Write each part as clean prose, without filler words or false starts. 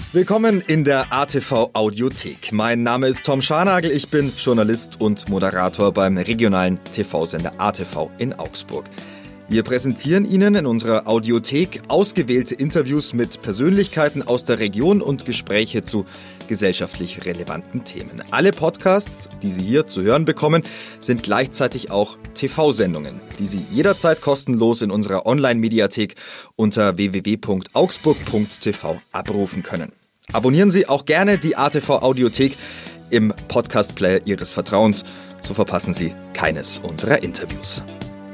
Willkommen in der ATV Audiothek. Mein Name ist Tom Scharnagel, ich bin Journalist und Moderator beim regionalen TV-Sender ATV in Augsburg. Wir präsentieren Ihnen in unserer Audiothek ausgewählte Interviews mit Persönlichkeiten aus der Region und Gespräche zu gesellschaftlich relevanten Themen. Alle Podcasts, die Sie hier zu hören bekommen, sind gleichzeitig auch TV-Sendungen, die Sie jederzeit kostenlos in unserer Online-Mediathek unter www.augsburg.tv abrufen können. Abonnieren Sie auch gerne die ATV Audiothek im Podcast-Player Ihres Vertrauens, so verpassen Sie keines unserer Interviews.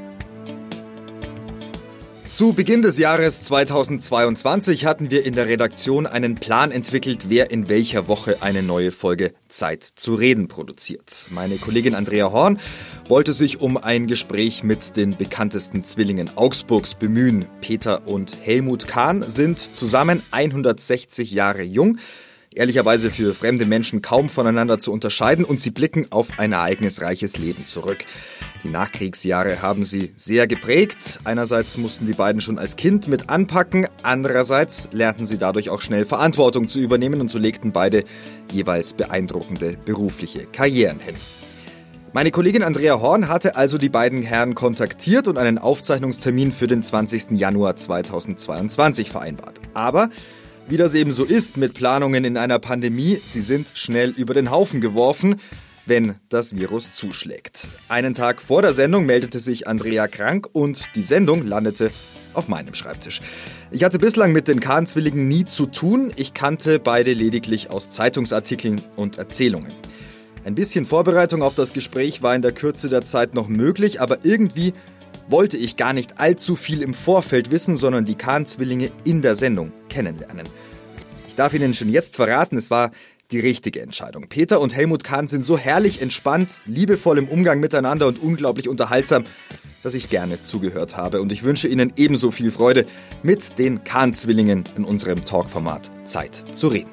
Zu Beginn des Jahres 2022 hatten wir in der Redaktion einen Plan entwickelt, wer in welcher Woche eine neue Folge Zeit zu reden produziert. Meine Kollegin Andrea Horn wollte sich um ein Gespräch mit den bekanntesten Zwillingen Augsburgs bemühen. Peter und Helmut Kahn sind zusammen 160 Jahre jung, ehrlicherweise für fremde Menschen kaum voneinander zu unterscheiden, und sie blicken auf ein ereignisreiches Leben zurück. Die Nachkriegsjahre haben sie sehr geprägt. Einerseits mussten die beiden schon als Kind mit anpacken, andererseits lernten sie dadurch auch schnell Verantwortung zu übernehmen und so legten beide jeweils beeindruckende berufliche Karrieren hin. Meine Kollegin Andrea Horn hatte also die beiden Herren kontaktiert und einen Aufzeichnungstermin für den 20. Januar 2022 vereinbart. Aber wie das eben so ist mit Planungen in einer Pandemie, sie sind schnell über den Haufen geworfen, wenn das Virus zuschlägt. Einen Tag vor der Sendung meldete sich Andrea krank und die Sendung landete auf meinem Schreibtisch. Ich hatte bislang mit den Kahn-Zwillingen nie zu tun, ich kannte beide lediglich aus Zeitungsartikeln und Erzählungen. Ein bisschen Vorbereitung auf das Gespräch war in der Kürze der Zeit noch möglich, aber irgendwie wollte ich gar nicht allzu viel im Vorfeld wissen, sondern die Kahn-Zwillinge in der Sendung kennenlernen. Ich darf Ihnen schon jetzt verraten, es war die richtige Entscheidung. Peter und Helmut Kahn sind so herrlich entspannt, liebevoll im Umgang miteinander und unglaublich unterhaltsam, dass ich gerne zugehört habe. Und ich wünsche Ihnen ebenso viel Freude mit den Kahn-Zwillingen in unserem Talkformat Zeit zu reden.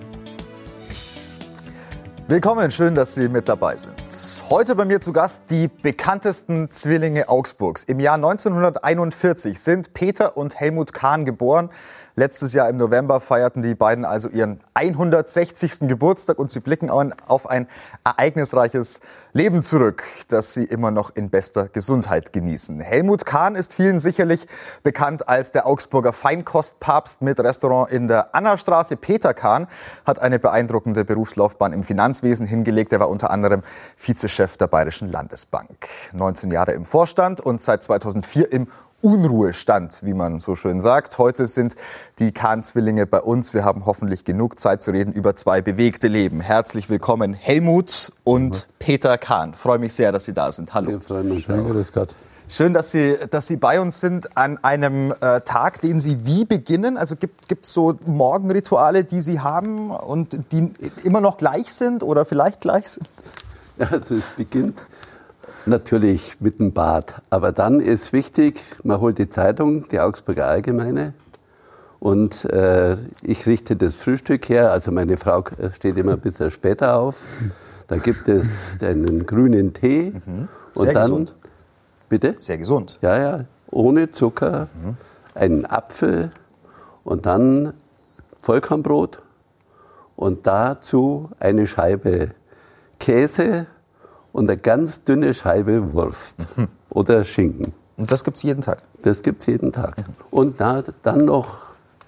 Willkommen, schön, dass Sie mit dabei sind. Heute bei mir zu Gast die bekanntesten Zwillinge Augsburgs. Im Jahr 1941 sind Peter und Helmut Kahn geboren. Letztes Jahr im November feierten die beiden also ihren 160. Geburtstag und sie blicken auf ein ereignisreiches Leben zurück, das sie immer noch in bester Gesundheit genießen. Helmut Kahn ist vielen sicherlich bekannt als der Augsburger Feinkostpapst mit Restaurant in der Annastraße. Peter Kahn hat eine beeindruckende Berufslaufbahn im Finanzwesen hingelegt. Er war unter anderem Vizechef der Bayerischen Landesbank. 19 Jahre im Vorstand und seit 2004 im Unruhestand, wie man so schön sagt. Heute sind die Kahn-Zwillinge bei uns. Wir haben hoffentlich genug Zeit zu reden über zwei bewegte Leben. Herzlich willkommen, Helmut und Peter Kahn. Freue mich sehr, dass Sie da sind. Hallo. Wir freuen uns. Grüß Gott. Schön, dass Sie bei uns sind an einem Tag, den Sie wie beginnen? Also gibt es so Morgenrituale, die Sie haben und die immer noch gleich sind oder vielleicht gleich sind? Ja, also es beginnt natürlich mit dem Bad. Aber dann ist wichtig, man holt die Zeitung, die Augsburger Allgemeine, und ich richte das Frühstück her. Also meine Frau steht immer ein bisschen später auf. Da gibt es einen grünen Tee. Und Sehr dann, gesund. Bitte? Sehr gesund. Ja, ohne Zucker, einen Apfel und dann Vollkornbrot und dazu eine Scheibe Käse und eine ganz dünne Scheibe Wurst oder Schinken. Und das gibt's jeden Tag? Das gibt's jeden Tag. Und dann noch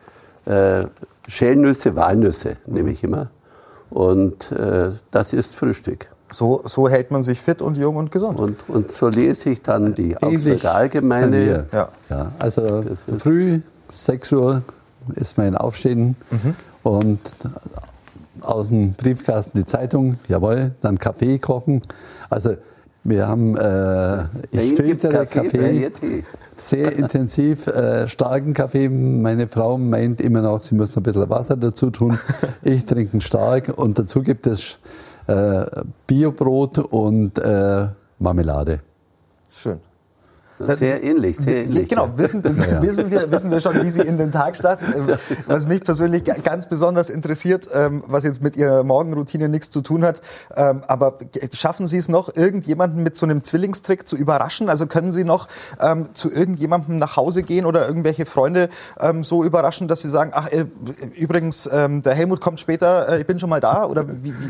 Schälnüsse, Walnüsse nehme ich immer. Und das ist Frühstück. So hält man sich fit und jung und gesund. Und so lese ich dann die Augsburger Allgemeine. Ja, also früh, 6 Uhr ist mein Aufstehen und aus dem Briefkasten die Zeitung, jawohl, dann Kaffee kochen. Also wir haben, ich filtere Kaffee sehr intensiv, starken Kaffee. Meine Frau meint immer noch, sie muss noch ein bisschen Wasser dazu tun. Ich trinke einen stark und dazu gibt es Biobrot und Marmelade. Schön. Sehr ähnlich, sehr ähnlich. Genau, wissen wir schon, wie Sie in den Tag starten. Was mich persönlich ganz besonders interessiert, was jetzt mit Ihrer Morgenroutine nichts zu tun hat, aber schaffen Sie es noch, irgendjemanden mit so einem Zwillingstrick zu überraschen? Also können Sie noch zu irgendjemandem nach Hause gehen oder irgendwelche Freunde so überraschen, dass Sie sagen, ach, übrigens, der Helmut kommt später, ich bin schon mal da? Oder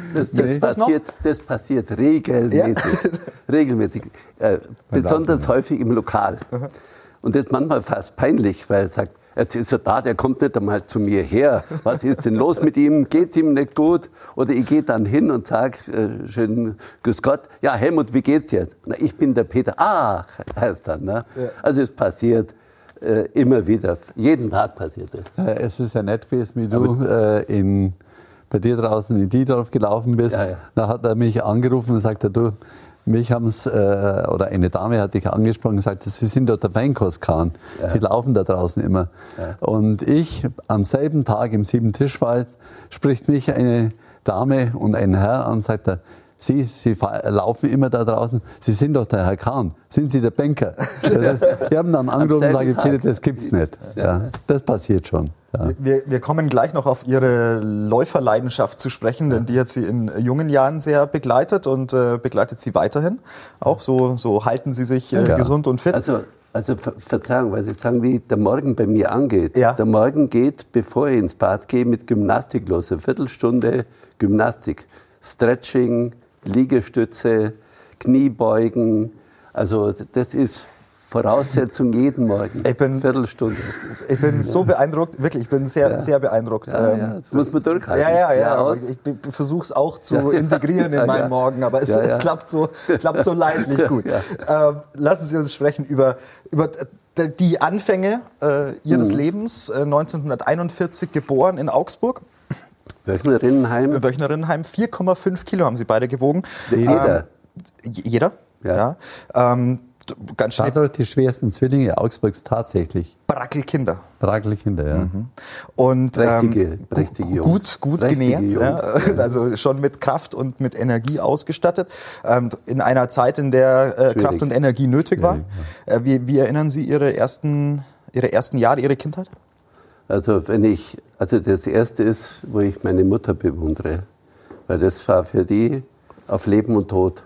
das passiert regelmäßig. Ja. Regelmäßig. Besonders häufig im Lokal. Und das ist manchmal fast peinlich, weil er sagt, jetzt ist er da, der kommt nicht einmal zu mir her. Was ist denn los mit ihm? Geht's ihm nicht gut? Oder ich gehe dann hin und sage, schön, grüß Gott, ja Helmut, wie geht's jetzt? Na, ich bin der Peter. Ah, heißt dann. Ne? Ja. Also es passiert immer wieder, jeden Tag passiert es. Es ist ja nett gewesen, wie du bei dir draußen in Diedorf gelaufen bist. Ja, ja. Da hat er mich angerufen und sagte, du, mich haben's, oder eine Dame hat dich angesprochen und gesagt, Sie sind dort der Feinkostkahn. Ja. Sie laufen da draußen immer. Ja. Und ich, am selben Tag im Siebentischwald, spricht mich eine Dame und ein Herr an und sagt, Sie laufen immer da draußen. Sie sind doch der Herr Kahn. Sind Sie der Banker? Wir haben dann angerufen und gesagt, Peter, das gibt's nicht. Ja, das passiert schon. Ja. Wir kommen gleich noch auf Ihre Läuferleidenschaft zu sprechen, denn die hat Sie in jungen Jahren sehr begleitet und begleitet Sie weiterhin. Auch so halten Sie sich gesund und fit. Also Verzeihung, weil Sie sagen, wie der Morgen bei mir angeht. Ja. Der Morgen geht, bevor ich ins Bad gehe, mit Gymnastik los. Eine Viertelstunde Gymnastik. Stretching, Liegestütze, Kniebeugen. Also das ist Voraussetzung jeden Morgen. Viertelstunde. Ich bin so beeindruckt, wirklich, ich bin sehr beeindruckt. Das muss man durchhalten. Ja, aber ich versuche es auch zu integrieren in meinen Morgen, aber es klappt so leidlich gut. Lassen Sie uns sprechen über die Anfänge Ihres Lebens, 1941 geboren in Augsburg. Wöchnerinnenheim. 4,5 Kilo haben Sie beide gewogen. Jeder. Jeder? Ja. Ganz schnell. Dadurch die schwersten Zwillinge Augsburgs tatsächlich. Brackelkinder, ja. Mhm. Und prächtige Jungs. Gut genährt, ja. Also schon mit Kraft und mit Energie ausgestattet. In einer Zeit, in der Kraft und Energie nötig war. Ja. Wie erinnern Sie Ihre ersten Jahre, Ihre Kindheit? Also das erste ist, wo ich meine Mutter bewundere, weil das war für die auf Leben und Tod.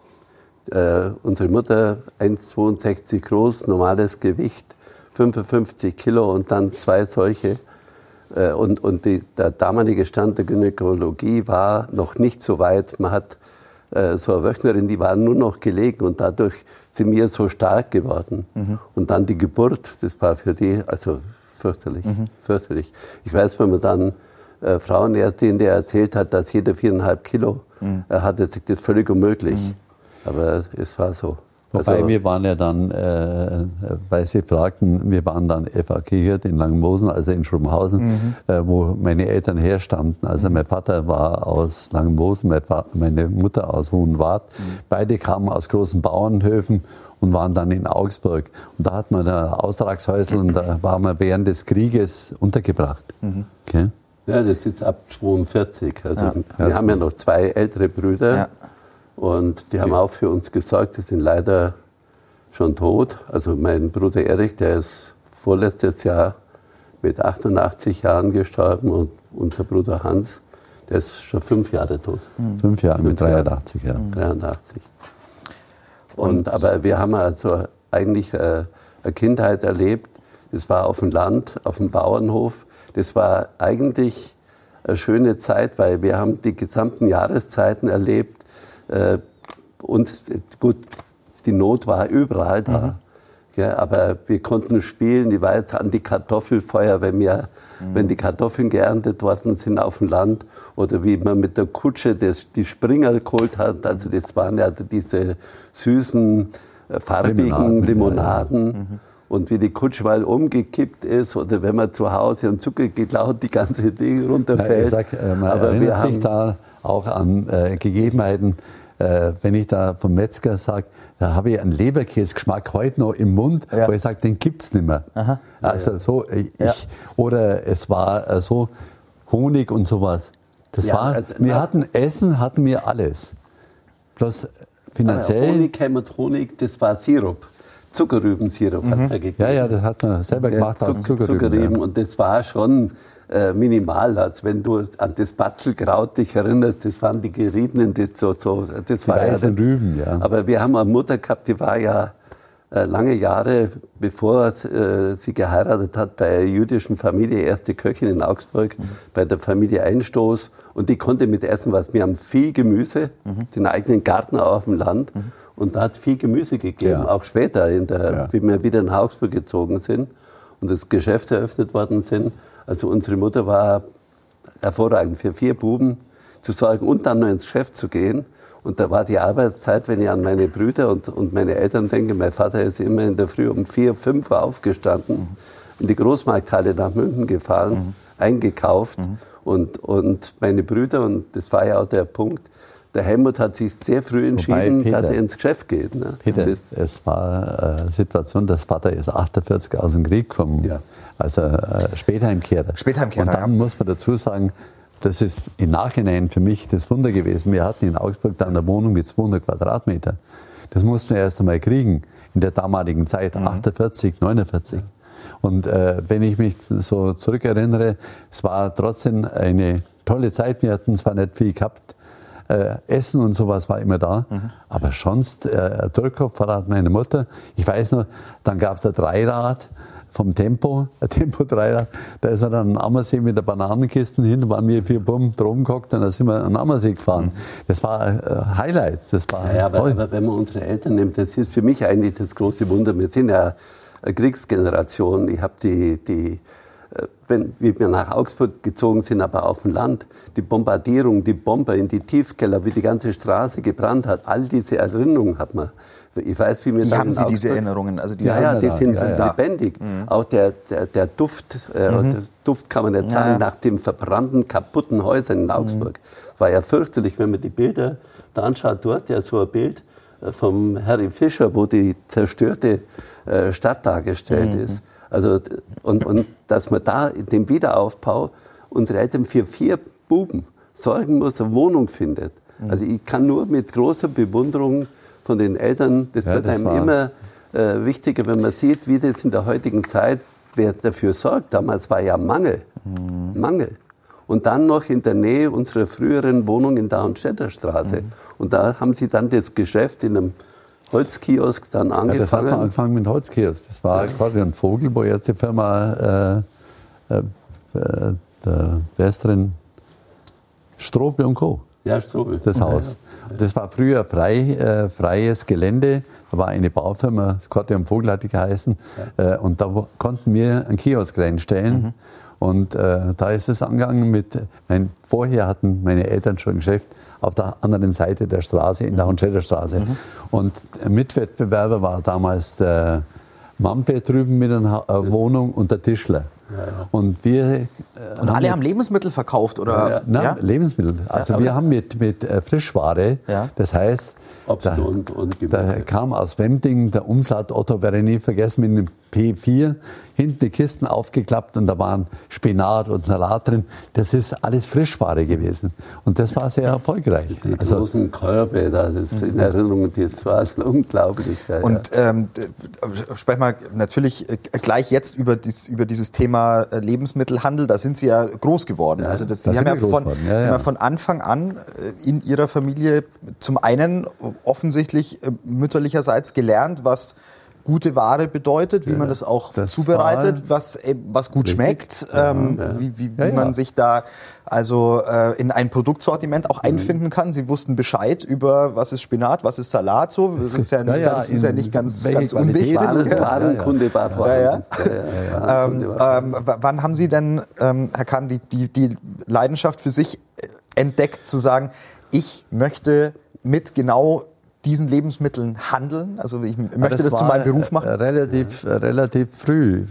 Unsere Mutter 1,62 groß, normales Gewicht, 55 Kilo und dann 2 solche. Und der damalige Stand der Gynäkologie war noch nicht so weit. Man hat so eine Wöchnerin, die war nur noch gelegen und dadurch sind wir so stark geworden. Mhm. Und dann die Geburt, das war für die also fürchterlich, fürchterlich. Ich weiß, wenn man dann Frauenärztin, der erzählt hat, dass jeder 4,5 Kilo hatte, ist das völlig unmöglich. Mhm. Aber es war so. Wobei wir waren ja dann, weil Sie fragten, wir waren dann evakuiert in Langenmosen, also in Schrobenhausen, wo meine Eltern herstammten. Also mein Vater war aus Langenmosen, meine Mutter aus Hohenwart. Beide kamen aus großen Bauernhöfen und waren dann in Augsburg. Und da hat man ein Austragshäusl und da waren wir während des Krieges untergebracht. Okay? Ja, das ist ab 42. Also wir haben ja noch 2 ältere Brüder. Ja. Und die haben auch für uns gesorgt, die sind leider schon tot. Also mein Bruder Erich, der ist vorletztes Jahr mit 88 Jahren gestorben und unser Bruder Hans, der ist schon 5 Jahre tot. 5 Jahre, mit 83 Jahren. 83. Aber wir haben also eigentlich eine Kindheit erlebt. Das war auf dem Land, auf dem Bauernhof. Das war eigentlich eine schöne Zeit, weil wir haben die gesamten Jahreszeiten erlebt. Gut, die Not war überall da, ja, aber wir konnten spielen. Ich war jetzt an die Kartoffelfeuer, wenn die Kartoffeln geerntet worden sind auf dem Land oder wie man mit der Kutsche die Springer geholt hat. Also das waren ja diese süßen, farbigen Limonaden. Und wie die Kutsche mal umgekippt ist oder wenn man zu Hause am Zucker geklaut die ganze Ding runterfällt. Man erinnert sich da auch an Gegebenheiten, wenn ich da vom Metzger sage, da habe ich einen Leberkäse-Geschmack heute noch im Mund, wo ich sage, den gibt's nicht mehr. Aha. Also so, oder es war so Honig und sowas. Das war, wir hatten Essen, hatten wir alles. Bloß finanziell. Honig, das war Sirup. Zuckerrübensirup hat er gegeben. Ja, das hat man selber gemacht aus Zuckerrüben. Und das war schon minimal. Also wenn du an das Batzelkraut dich erinnerst, das waren die geriebenen, das war ja Rüben, ja. Aber wir haben eine Mutter gehabt, die war ja lange Jahre, bevor sie geheiratet hat, bei einer jüdischen Familie, erste Köchin in Augsburg, bei der Familie Einstoß. Und die konnte mit essen was. Wir haben viel Gemüse, den eigenen Garten auf dem Land. Und da hat es viel Gemüse gegeben, auch später, wie wir wieder nach Augsburg gezogen sind und das Geschäft eröffnet worden sind. Also unsere Mutter war hervorragend für 4 Buben zu sorgen und dann noch ins Geschäft zu gehen. Und da war die Arbeitszeit, wenn ich an meine Brüder und meine Eltern denke, mein Vater ist immer in der Früh um 4, 5 Uhr aufgestanden, in die Großmarkthalle nach München gefahren, eingekauft. Und meine Brüder, und das war ja auch der Punkt, der Helmut hat sich sehr früh entschieden, dass er ins Geschäft geht. Ne? Peter, es war eine Situation, das Vater ist 48 aus dem Krieg gekommen, also Spätheimkehrer. Und dann muss man dazu sagen, das ist im Nachhinein für mich das Wunder gewesen. Wir hatten in Augsburg dann eine Wohnung mit 200 Quadratmeter. Das mussten wir erst einmal kriegen in der damaligen Zeit, 48, 49. Und wenn ich mich so zurückerinnere, es war trotzdem eine tolle Zeit. Wir hatten zwar nicht viel gehabt, Essen und sowas war immer da, aber sonst ein Drückkopfrad meiner Mutter. Ich weiß noch, dann gab es ein Dreirad vom Tempo, ein Tempo-Dreirad. Da ist man dann am Ammersee mit der Bananenkisten hin, da waren wir 4 Buben drum gehockt und dann sind wir an den Ammersee gefahren. Das war Highlights, das war toll. Aber wenn man unsere Eltern nimmt, das ist für mich eigentlich das große Wunder. Wir sind ja eine Kriegsgeneration. Ich habe wie wir nach Augsburg gezogen sind, aber auf dem Land, die Bombardierung, die Bomber in die Tiefkeller, wie die ganze Straße gebrannt hat, all diese Erinnerungen hat man. Ich weiß, wie wir haben Sie diese Erinnerungen? Also die sind lebendig. Auch der Duft, Duft kann man nicht sagen, nach den verbrannten, kaputten Häusern in Augsburg. War ja fürchterlich, wenn man die Bilder da anschaut. Du hast ja so ein Bild vom Harry Fischer, wo die zerstörte Stadt dargestellt ist. Also, und dass man da in dem Wiederaufbau unsere Eltern für 4 Buben sorgen muss, eine Wohnung findet. Also ich kann nur mit großer Bewunderung von den Eltern, das wird einem immer wichtiger, wenn man sieht, wie das in der heutigen Zeit, wer dafür sorgt. Damals war ja Mangel. Mangel. Und dann noch in der Nähe unserer früheren Wohnung in der Daunstädter Straße. Und da haben sie dann das Geschäft in einem Holzkiosk dann angefangen. Das hat man angefangen mit dem Holzkiosk. Das war Akkordeon Vogel, wo jetzt die Firma wer ist drin? Strobel und Co. Ja, Strobel. Das Haus. Ja. Das war früher freies Gelände. Da war eine Baufirma, Akkordeon Vogel hat die geheißen. Ja. Und da konnten wir einen Kiosk reinstellen. Und da ist es angegangen mit, vorher hatten meine Eltern schon ein Geschäft auf der anderen Seite der Straße, in der Hohenstädter Straße. Und Mitwettbewerber war damals der Mampe drüben mit einer Wohnung und der Tischler. Und wir und alle haben Lebensmittel verkauft, oder? Lebensmittel. Also wir haben mit Frischware, das heißt, da kam aus Wemding der Umflat, Otto werde ich nie vergessen, mit einem P4, hinten die Kisten aufgeklappt und da waren Spinat und Salat drin. Das ist alles Frischware gewesen. Und das war sehr erfolgreich. Die großen Körbe, das in Erinnerung, das war unglaublich. Und sprechen wir natürlich gleich jetzt über dieses Thema Lebensmittelhandel. Da sind Sie ja groß geworden. Also Sie haben ja von Anfang an in Ihrer Familie zum einen offensichtlich mütterlicherseits gelernt, was gute Ware bedeutet, wie man das auch zubereitet, was gut schmeckt, wie man sich da also in ein Produktsortiment auch einfinden kann. Sie wussten Bescheid über, was ist Spinat, was ist Salat, so. Das ist ja nicht ganz unwichtig. Warenkunde war vorhanden. Wann haben Sie denn, Herr Kahn, die Leidenschaft für sich entdeckt, zu sagen, ich möchte mit genau diesen Lebensmitteln handeln? Also ich möchte das zu meinem Beruf machen? Relativ früh.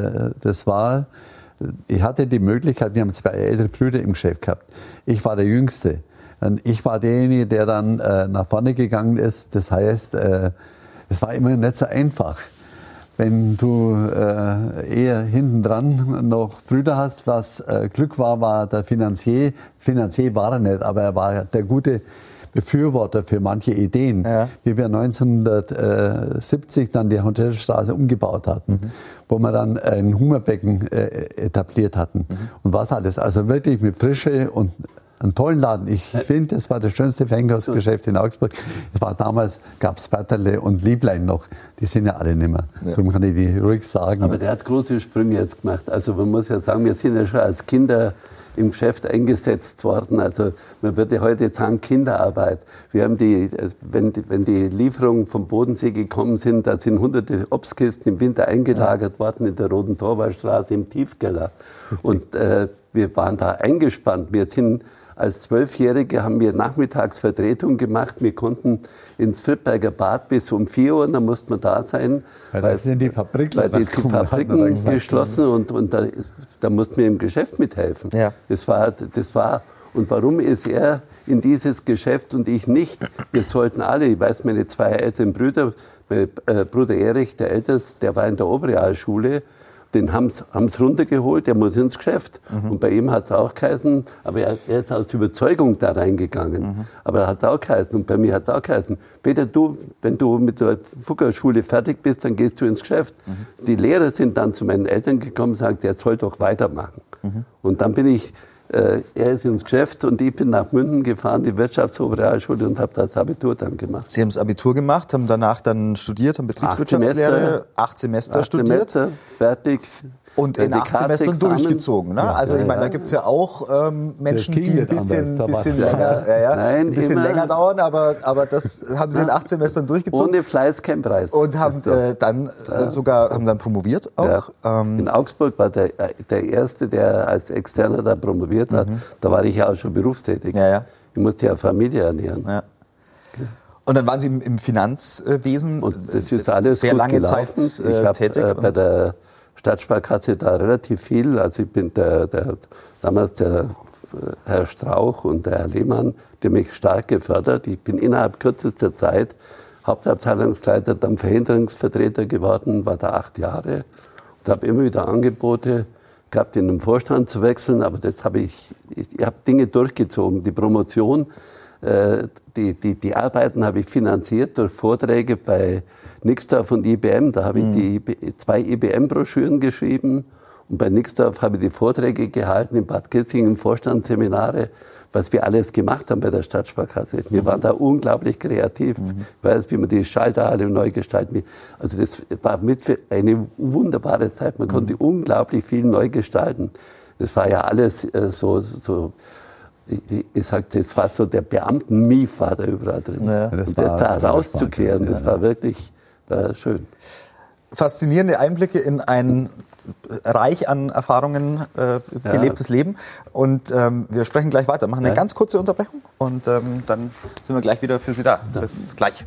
Ich hatte die Möglichkeit, wir haben 2 ältere Brüder im Geschäft gehabt. Ich war der Jüngste. Und ich war derjenige, der dann nach vorne gegangen ist. Das heißt, es war immer nicht so einfach. Wenn du eher hinten dran noch Brüder hast, was Glück war der Finanzier. Finanzier war er nicht, aber er war der gute Befürworter für manche Ideen, wie wir 1970 dann die Hotelstraße umgebaut hatten, wo wir dann ein Hummerbecken etabliert hatten und was alles. Also wirklich mit Frische und einen tollen Laden. Ich finde, das war das schönste Ferienhausgeschäft in Augsburg. Es war damals, gab es Berterle und Lieblein noch. Die sind ja alle nicht mehr. Darum kann ich die ruhig sagen. Aber der hat große Sprünge jetzt gemacht. Also man muss ja sagen, wir sind ja schon als Kinder im Geschäft eingesetzt worden. Also man würde heute sagen Kinderarbeit. Wir haben wenn die Lieferungen vom Bodensee gekommen sind, da sind hunderte Obstkisten im Winter eingelagert worden in der Roten Torwaldstraße im Tiefkeller. Und wir waren da eingespannt. Wir sind als 12-Jährige haben wir Nachmittagsvertretung gemacht. Wir konnten ins Friedberger Bad bis um 4 Uhr, dann musste man da sein. Weil die Fabriken geschlossen und da mussten wir im Geschäft mithelfen. Ja. Das war. Und warum ist er in dieses Geschäft und ich nicht? Wir sollten alle, ich weiß, meine 2 älteren Brüder, mein Bruder Erich, der Älteste, der war in der Oberrealschule. Den haben sie runtergeholt, der muss ins Geschäft. Und bei ihm hat es auch geheißen, aber er ist aus Überzeugung da reingegangen. Aber hat es auch geheißen und bei mir hat es auch geheißen, Peter, wenn du mit der Fuggerschule fertig bist, dann gehst du ins Geschäft. Die Lehrer sind dann zu meinen Eltern gekommen und sagten, er soll doch weitermachen. Und dann bin ich, er ist ins Geschäft und ich bin nach München gefahren, die Wirtschaftsoberrealschule und habe das Abitur dann gemacht. Sie haben das Abitur gemacht, haben danach dann studiert, haben Betriebswirtschaftslehre, 8 Semester studiert. 8 Semester, fertig. Und in 8 Semestern durchgezogen. Ne? Ja, also ich meine, da gibt es ja auch Menschen, die ein bisschen länger dauern, aber das haben sie in 8 Semestern durchgezogen. Ohne Fleiß kein Preis. Und haben dann promoviert auch. Ja. In Augsburg war der Erste, der als Externer da promoviert hat. Da war ich ja auch schon berufstätig. Ja. Ich musste ja Familie ernähren. Ja. Und dann waren Sie im Finanzwesen und das ist alles sehr lange gelaufen. Zeit tätig. Bei der Stadtsparkasse da relativ viel. Also ich bin damals der Herr Strauch und der Herr Lehmann, die haben mich stark gefördert. Ich bin innerhalb kürzester Zeit Hauptabteilungsleiter, dann Verhinderungsvertreter geworden, war da 8 Jahre und habe immer wieder Angebote gehabt, in den Vorstand zu wechseln. Aber das habe ich habe Dinge durchgezogen. Die Promotion, die Arbeiten habe ich finanziert durch Vorträge bei Nixdorf und IBM. Da habe ich die 2 IBM-Broschüren geschrieben und bei Nixdorf habe ich die Vorträge gehalten in Bad Kissingen, Vorstandsseminare, was wir alles gemacht haben bei der Stadtsparkasse. Wir waren da unglaublich kreativ. Ich weiß, wie man die Schalterhalle neu gestalten. Also das war eine wunderbare Zeit. Man konnte unglaublich viel neu gestalten. Das war ja alles so ich sagte, es war so der Beamten-Mief war da überall drin. Ja, und das da rauszuklären, das war wirklich schön. Faszinierende Einblicke in ein reich an Erfahrungen gelebtes Leben. Und wir sprechen gleich weiter, machen eine ganz kurze Unterbrechung und dann sind wir gleich wieder für Sie da. Bis gleich.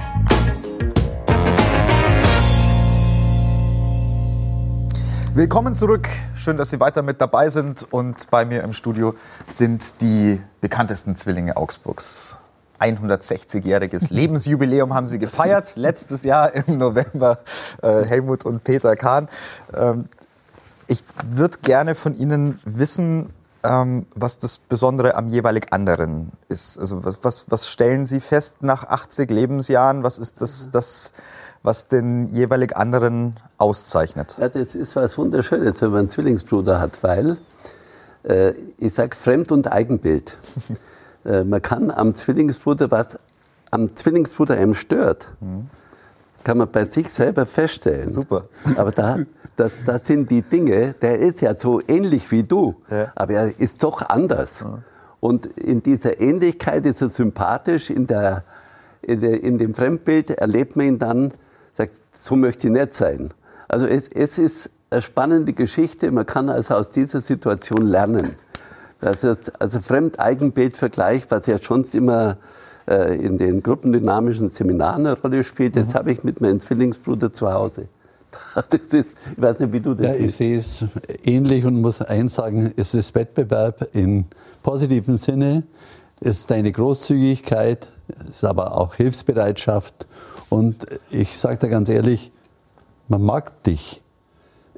Willkommen zurück. Schön, dass Sie weiter mit dabei sind. Und bei mir im Studio sind die bekanntesten Zwillinge Augsburgs. 160-jähriges Lebensjubiläum haben sie gefeiert. Letztes Jahr im November Helmut und Peter Kahn. Ich würde gerne von Ihnen wissen, was das Besondere am jeweilig anderen ist. Also was stellen Sie fest nach 80 Lebensjahren? Was ist das was den jeweilig anderen auszeichnet? Ja, das ist was Wunderschönes, wenn man einen Zwillingsbruder hat, weil ich sage Fremd- und Eigenbild. Man kann am Zwillingsbruder, was am Zwillingsbruder einem stört, kann man bei sich selber feststellen. Super. Aber da sind die Dinge, der ist ja so ähnlich wie du, aber er ist doch anders. Ja. Und in dieser Ähnlichkeit ist er sympathisch, in dem Fremdbild erlebt man ihn dann, sagt, so möchte ich nicht sein. Also es ist eine spannende Geschichte, man kann also aus dieser Situation lernen. Das ist also Fremd-Eigenbild-Vergleich, was ja schon immer in den gruppendynamischen Seminaren eine Rolle spielt, das habe ich mit meinem Zwillingsbruder zu Hause. Das ist, ich weiß nicht, wie du das siehst. Ich sehe es ähnlich und muss eins sagen, es ist Wettbewerb im positiven Sinne, es ist eine Großzügigkeit, es ist aber auch Hilfsbereitschaft. Und ich sage da ganz ehrlich, man mag dich.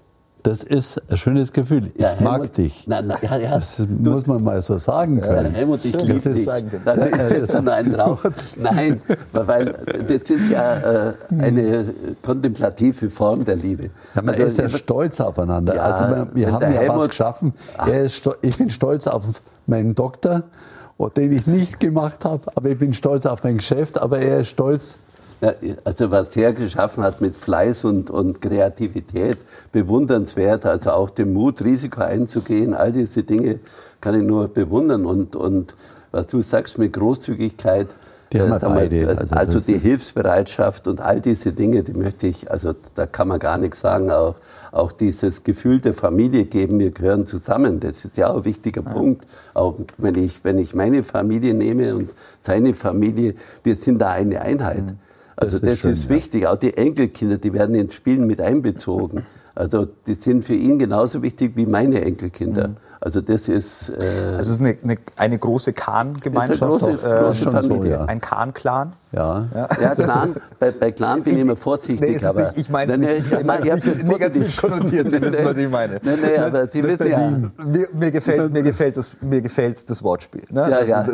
Das ist ein schönes Gefühl. Ich mag dich. Das muss man mal so sagen können. Helmut, ich liebe dich. Das ist jetzt nur ein Traum. Nein, weil das ist ja eine kontemplative Form der Liebe. Ja, man ist ja stolz aufeinander. Ja, also wir haben ja was geschaffen. Ich bin stolz auf meinen Doktor, den ich nicht gemacht habe, aber ich bin stolz auf mein Geschäft, aber er ist stolz. Ja, also was er geschaffen hat mit Fleiß und Kreativität, bewundernswert, also auch den Mut, Risiko einzugehen, all diese Dinge kann ich nur bewundern und was du sagst mit Großzügigkeit, die haben wir beide. Also die Hilfsbereitschaft und all diese Dinge, die möchte ich, also da kann man gar nichts sagen, auch dieses Gefühl der Familie geben, wir gehören zusammen, das ist ja auch ein wichtiger Punkt, auch wenn ich meine Familie nehme und seine Familie, wir sind da eine Einheit. Also das ist wichtig. Auch die Enkelkinder, die werden ins Spielen mit einbezogen. Also die sind für ihn genauso wichtig wie meine Enkelkinder. Also das ist... es ist eine große Clan-Gemeinschaft. Große Familie. So, ja. Ein Clan-Clan. Ja, Clan, bei Clan bin ich immer vorsichtig. Nee, ich meine es nicht negativ konnotiert, Sie wissen, was ich meine. Nee, aber Sie wissen ja... Mir gefällt das Wortspiel. Ne? Ja.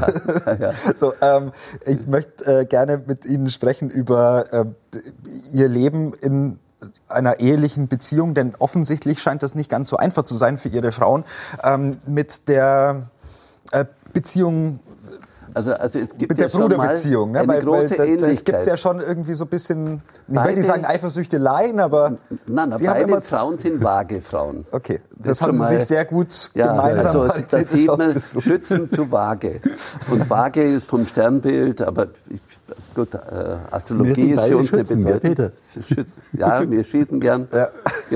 So, ich möchte gerne mit Ihnen sprechen über Ihr Leben in einer ehelichen Beziehung, denn offensichtlich scheint das nicht ganz so einfach zu sein für Ihre Frauen, mit der Beziehung, also es gibt mit der Bruderbeziehung. Ne? Eine große Ähnlichkeit. Es gibt ja schon irgendwie so ein bisschen, ich möchte nicht sagen Eifersüchteleien, aber... Nein, beide Frauen sind vage Frauen. Okay, das haben Sie sich sehr gut gemeinsam paritätisch ausgesucht. Schützen zu vage. Und vage ist vom Sternbild, aber... Gut, Astrologie ist für uns eine Bedeutung. Ja, wir schießen gern. Ja.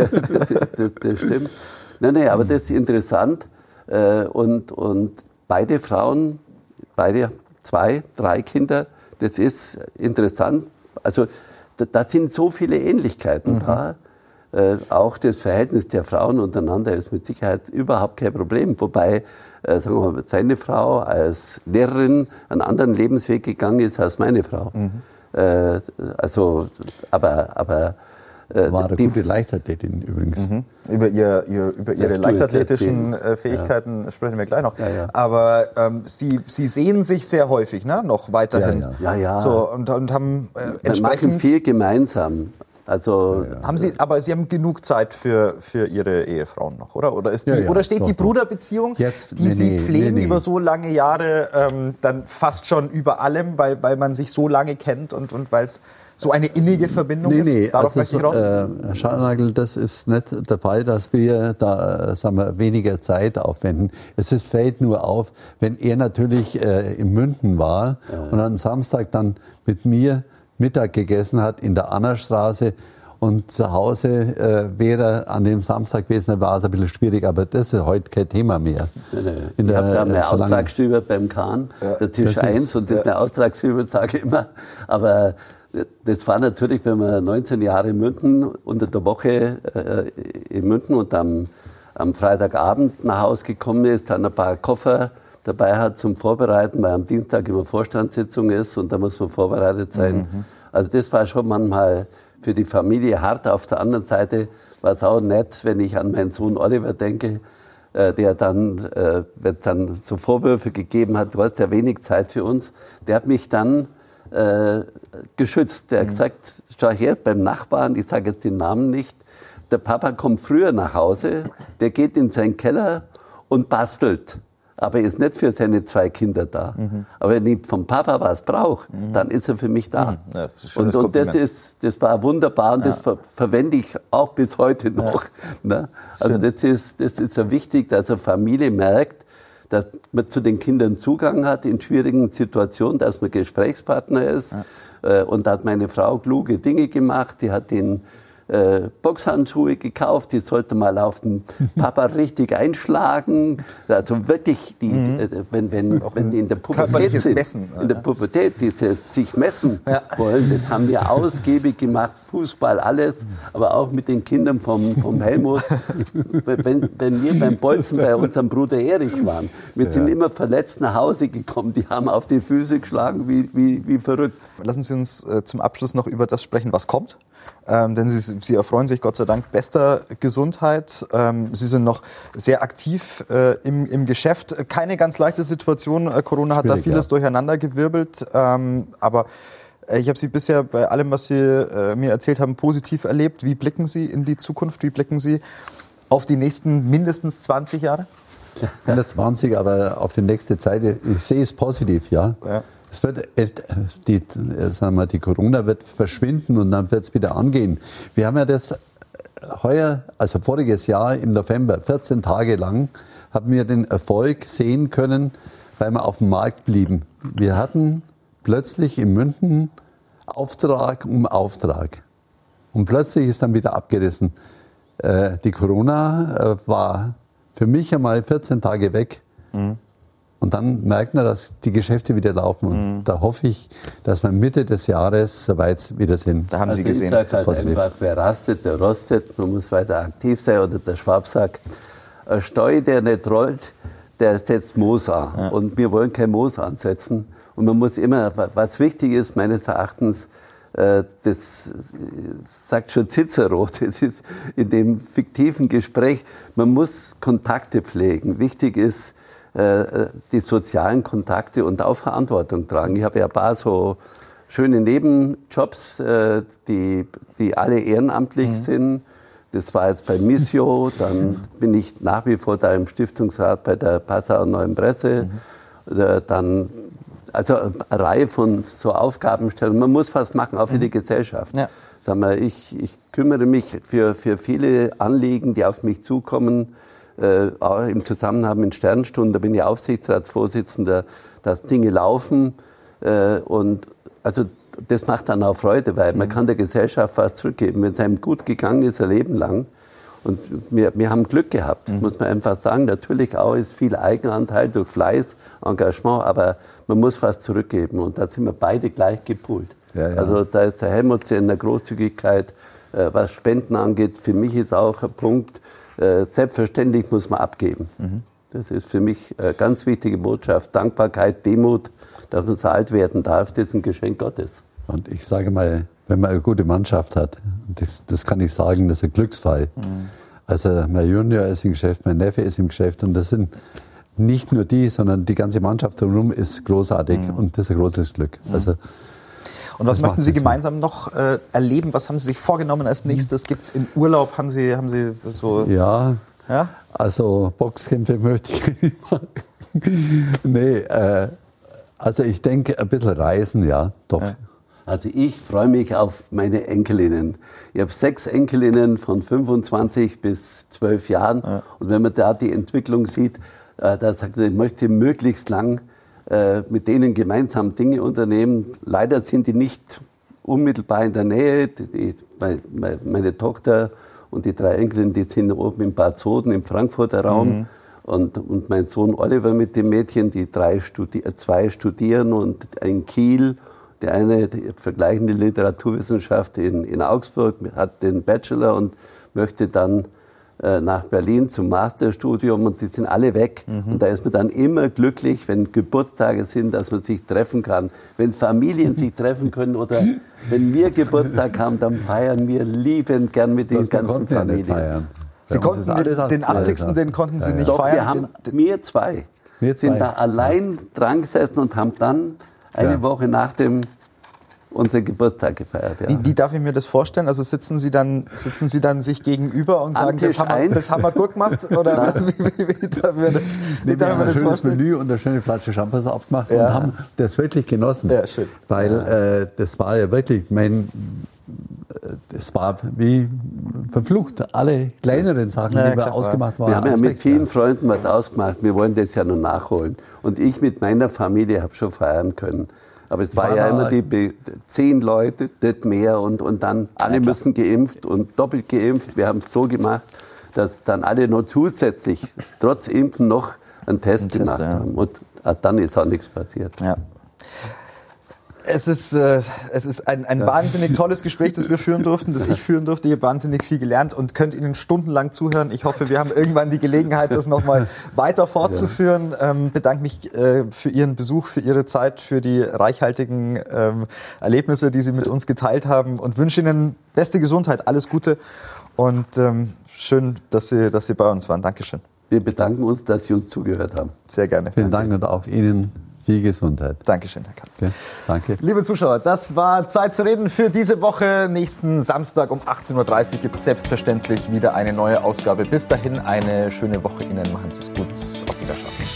Das stimmt. Nein, aber das ist interessant. Und beide Frauen, beide 2, 3 Kinder, das ist interessant. Also da sind so viele Ähnlichkeiten da. Auch das Verhältnis der Frauen untereinander ist mit Sicherheit überhaupt kein Problem. Wobei, sagen wir mal, seine Frau als Lehrerin einen anderen Lebensweg gegangen ist als meine Frau. Aber war eine gute Leichtathletin übrigens. Über ihre leichtathletischen Fähigkeiten sprechen wir gleich noch. Ja. Aber Sie sehen sich sehr häufig, ne? Noch weiterhin. Ja. So, und haben entsprechend... Wir machen viel gemeinsam. Also, Aber Sie haben genug Zeit für Ihre Ehefrauen noch, oder? Oder steht die Bruderbeziehung, die Sie pflegen über so lange Jahre, dann fast schon über allem, weil man sich so lange kennt und weil es so eine innige Verbindung ist? Darauf möchte ich raus. Herr Scharnagl, das ist nicht der Fall, dass wir da weniger Zeit aufwenden. Es fällt nur auf, wenn er natürlich in München war und am Samstag dann mit mir Mittag gegessen hat in der Annastraße und zu Hause wäre an dem Samstag gewesen, dann war es ein bisschen schwierig, aber das ist heute kein Thema mehr. Ich habe da eine Auftragsstüber beim Kahn, der Tisch 1 und das ist eine Auftragsstüber, sage ich immer. Aber das war natürlich, wenn man 19 Jahre in München, unter der Woche in München und am Freitagabend nach Hause gekommen ist, dann ein paar Koffer dabei hat zum Vorbereiten, weil am Dienstag immer Vorstandssitzung ist und da muss man vorbereitet sein. Also das war schon manchmal für die Familie hart. Auf der anderen Seite war es auch nett, wenn ich an meinen Sohn Oliver denke, der dann, wenn es dann so Vorwürfe gegeben hat, du hast ja wenig Zeit für uns, der hat mich dann geschützt. Der hat gesagt, schau her, beim Nachbarn, ich sage jetzt den Namen nicht, der Papa kommt früher nach Hause, der geht in seinen Keller und bastelt. Aber er ist nicht für seine 2 Kinder da. Aber wenn ich vom Papa was brauche, dann ist er für mich da. Ja, das war wunderbar und das verwende ich auch bis heute noch. Ne? Also das ist ja wichtig, dass eine Familie merkt, dass man zu den Kindern Zugang hat in schwierigen Situationen, dass man Gesprächspartner ist. Und da hat meine Frau kluge Dinge gemacht. Die hat den Boxhandschuhe gekauft, die sollte mal auf den Papa richtig einschlagen. Also wirklich, wenn die in der Pubertät sind, in der Pubertät dieses sich messen wollen, das haben wir ausgiebig gemacht, Fußball, alles, aber auch mit den Kindern vom Helmut. Wenn wir beim Bolzen bei unserem Bruder Erich waren, wir sind immer verletzt nach Hause gekommen, die haben auf die Füße geschlagen wie verrückt. Lassen Sie uns zum Abschluss noch über das sprechen, was kommt. denn Sie erfreuen sich Gott sei Dank bester Gesundheit. Sie sind noch sehr aktiv im Geschäft. Keine ganz leichte Situation. Corona hat da vieles durcheinandergewirbelt. Aber ich habe Sie bisher bei allem, was Sie mir erzählt haben, positiv erlebt. Wie blicken Sie in die Zukunft? Wie blicken Sie auf die nächsten mindestens 20 Jahre? 120, aber auf die nächste Zeit, ich sehe es positiv, ja. Es wird, die Corona wird verschwinden und dann wird es wieder angehen. Wir haben ja das voriges Jahr im November, 14 Tage lang, haben wir den Erfolg sehen können, weil wir auf dem Markt blieben. Wir hatten plötzlich in München Auftrag um Auftrag. Und plötzlich ist dann wieder abgerissen. Die Corona war für mich einmal 14 Tage weg. Und dann merkt man, dass die Geschäfte wieder laufen. Und da hoffe ich, dass wir Mitte des Jahres soweit wieder sind. Da haben Sie gesehen. Ich sage halt einfach, wer rastet, der rostet. Man muss weiter aktiv sein. Oder der Schwab sagt, ein Steu, der nicht rollt, der setzt Moos an. Ja. Und wir wollen kein Moos ansetzen. Und man muss immer, was wichtig ist, meines Erachtens, das sagt schon Cicero, das ist in dem fiktiven Gespräch, man muss Kontakte pflegen. Wichtig ist, die sozialen Kontakte und auch Verantwortung tragen. Ich habe ja ein paar so schöne Nebenjobs, die alle ehrenamtlich sind. Das war jetzt bei Missio, dann bin ich nach wie vor da im Stiftungsrat bei der Passauer Neuen Presse. Dann, also eine Reihe von so Aufgabenstellungen. Man muss was machen, auch für die Gesellschaft. Ja. Sag mal, ich kümmere mich für viele Anliegen, die auf mich zukommen, auch im Zusammenhang mit Sternstunden, da bin ich Aufsichtsratsvorsitzender, dass Dinge laufen. Und also das macht dann auch Freude, weil man kann der Gesellschaft was zurückgeben. Wenn es einem gut gegangen ist, ein Leben lang. Und wir haben Glück gehabt, muss man einfach sagen. Natürlich auch ist viel Eigenanteil durch Fleiß, Engagement, aber man muss was zurückgeben. Und da sind wir beide gleich gepoolt. Ja, ja. Also da ist der Helmut sehr in der Großzügigkeit, was Spenden angeht. Für mich ist auch ein Punkt, selbstverständlich muss man abgeben. Das ist für mich eine ganz wichtige Botschaft. Dankbarkeit, Demut, dass man so alt werden darf, das ist ein Geschenk Gottes. Und ich sage mal, wenn man eine gute Mannschaft hat, das kann ich sagen, das ist ein Glücksfall. Also mein Junior ist im Geschäft, mein Neffe ist im Geschäft und das sind nicht nur die, sondern die ganze Mannschaft drumherum ist großartig und das ist ein großes Glück. Also, und was möchten Sie gemeinsam noch erleben? Was haben Sie sich vorgenommen als nächstes? Gibt es in Urlaub? Haben Sie so... Ja, also Boxkämpfe möchte ich nicht machen. Nee, also ich denke, ein bisschen reisen, ja, doch. Ja. Also ich freue mich auf meine Enkelinnen. Ich habe 6 Enkelinnen von 25 bis 12 Jahren. Ja. Und wenn man da die Entwicklung sieht, da sagt ich möchte möglichst lang mit denen gemeinsam Dinge unternehmen. Leider sind die nicht unmittelbar in der Nähe. Meine Tochter und die 3 Enkelinnen, die sind oben in Bad Soden im Frankfurter Raum. Und mein Sohn Oliver mit dem Mädchen, die 2 studieren und in Kiel. Der eine die vergleichende Literaturwissenschaft in Augsburg, hat den Bachelor und möchte dann nach Berlin zum Masterstudium und die sind alle weg. Und da ist man dann immer glücklich, wenn Geburtstage sind, dass man sich treffen kann. Wenn Familien sich treffen können oder wenn wir Geburtstag haben, dann feiern wir liebend gern mit den ganzen Familien. Sie konnten den 80. den konnten Sie nicht Doch, feiern? Wir zwei sind da allein dran gesessen und haben dann eine Woche nach dem unseren Geburtstag gefeiert. Ja. Wie darf ich mir das vorstellen? Also sitzen Sie dann sich gegenüber und sagen, das haben wir gut gemacht? Oder wie darf ich mir das, wir haben ein schönes Menü und eine schöne Flasche Champagner aufgemacht und haben das wirklich genossen. Ja, schön. Weil das war ja wirklich, das war wie verflucht. Alle kleineren Sachen, die wir ausgemacht haben. Wir haben ja mit vielen Freunden was ausgemacht. Wir wollen das ja noch nachholen. Und ich mit meiner Familie habe schon feiern können. Aber es war ja immer die 10 Leute, nicht mehr. Und dann alle müssen geimpft und doppelt geimpft. Wir haben es so gemacht, dass dann alle noch zusätzlich, trotz Impfen, noch einen Test gemacht haben. Und dann ist auch nichts passiert. Ja. Es ist ein wahnsinnig tolles Gespräch, das wir führen durften, das ich führen durfte. Ich habe wahnsinnig viel gelernt und könnt Ihnen stundenlang zuhören. Ich hoffe, wir haben irgendwann die Gelegenheit, das nochmal weiter fortzuführen. Bedanke mich für Ihren Besuch, für Ihre Zeit, für die reichhaltigen Erlebnisse, die Sie mit uns geteilt haben und wünsche Ihnen beste Gesundheit, alles Gute und schön, dass Sie bei uns waren. Dankeschön. Wir bedanken uns, dass Sie uns zugehört haben. Sehr gerne. Vielen Dank und auch Ihnen viel Gesundheit. Dankeschön, Herr Kahn. Okay, danke. Liebe Zuschauer, das war Zeit zu reden für diese Woche. Nächsten Samstag um 18.30 Uhr gibt es selbstverständlich wieder eine neue Ausgabe. Bis dahin eine schöne Woche Ihnen. Machen Sie es gut. Auf Wiedersehen.